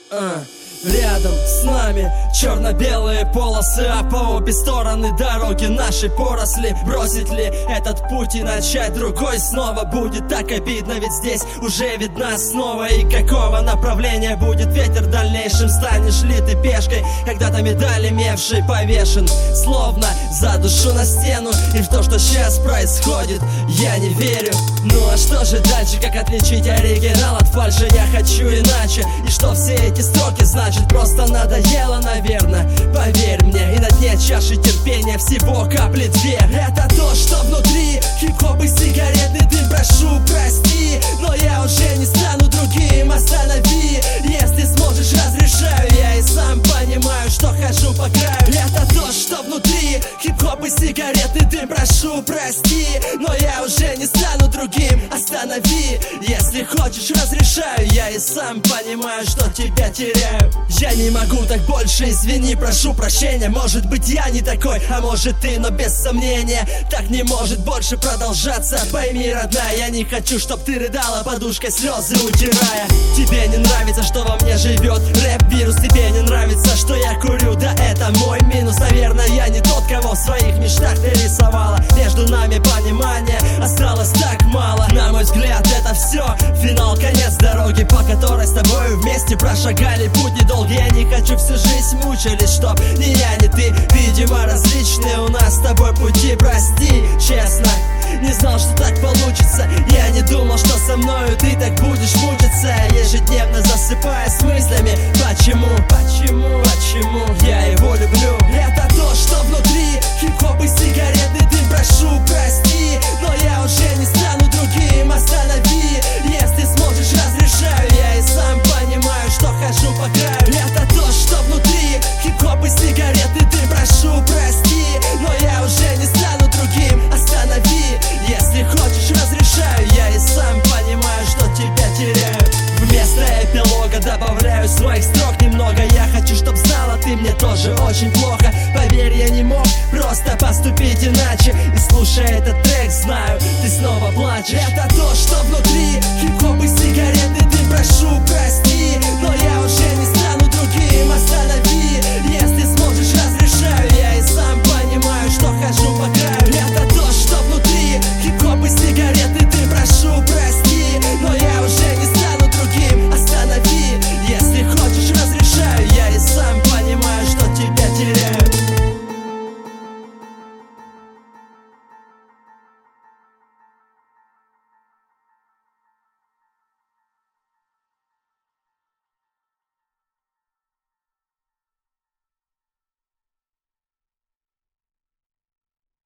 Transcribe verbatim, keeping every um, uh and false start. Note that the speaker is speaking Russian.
Uh. Рядом с нами черно-белые полосы, а по обе стороны дороги нашей поросли. Бросить ли этот путь и начать другой снова? Будет так обидно, ведь здесь уже видна основа. И какого направления будет ветер в дальнейшем? Станешь ли ты пешкой, когда-то медаль имевший повешен словно за душу на стену? И в то, что сейчас происходит, я не верю. Ну а что же дальше, как отличить оригинал от фальши? Я хочу иначе, и что все эти строки значит? Просто надоело, наверное, поверь мне. И на дне чаши терпения всего капли две. Это то, что внутри, хип-хоп и сигаретный дым. Прошу, прости, но я уже не стану другим. Останови, если сможешь, разрешаю. Я и сам понимаю, что хожу по краю. Это то, что внутри, хип-хоп и сигаретный дым. Прошу, прости, но я уже не стану другим. Останови, если хочешь, разрешаю. Я и сам понимаю, что тебя теряю. Я не могу так больше, извини, прошу прощения. Может быть я не такой, а может ты, но без сомнения так не может больше продолжаться. Пойми, родная, я не хочу, чтоб ты рыдала, подушкой слезы утирая. Тебе не нравится, что во мне живет рэп-вирус. Тебе не нравится, что я курю, да это мой минус. Наверное, я не тот, кого в своих мечтах ты рисовала. Между нами понимания осталось так мало. На мой взгляд, это все финал, конец дороги, по которой с тобою вместе прошагали путь недолгий. Я не хочу всю жизнь мучились, чтоб ни я, ни ты. Видимо, различные у нас с тобой пути. Прости, честно, не знал, что так получится. Я не думал, что со мною ты так будешь мучиться, ежедневно засыпая с мыслями. Почему, почему, почему я его люблю? Это то, что внутри, хип-хоп и сигаретный дым. Прошу, прости, но я уже не стану другим. Останови, если сможешь, разрешаю. Я и сам понимаю, что хожу по краю. Это то, что внутри, хип-хоп и сигаретный дым. Прошу, прости, но я уже не стану другим. Останови, если хочешь, разрешаю. Я и сам понимаю, что тебя теряю. Вместо эпилога добавляю своих строк немного. Я хочу, чтоб знала, ты мне тоже очень плохо. Поверь, я не мог просто поступить иначе. И слушая этот трек, знаю, ты снова плачешь. Это то, что внутри, хип-хоп и сигареты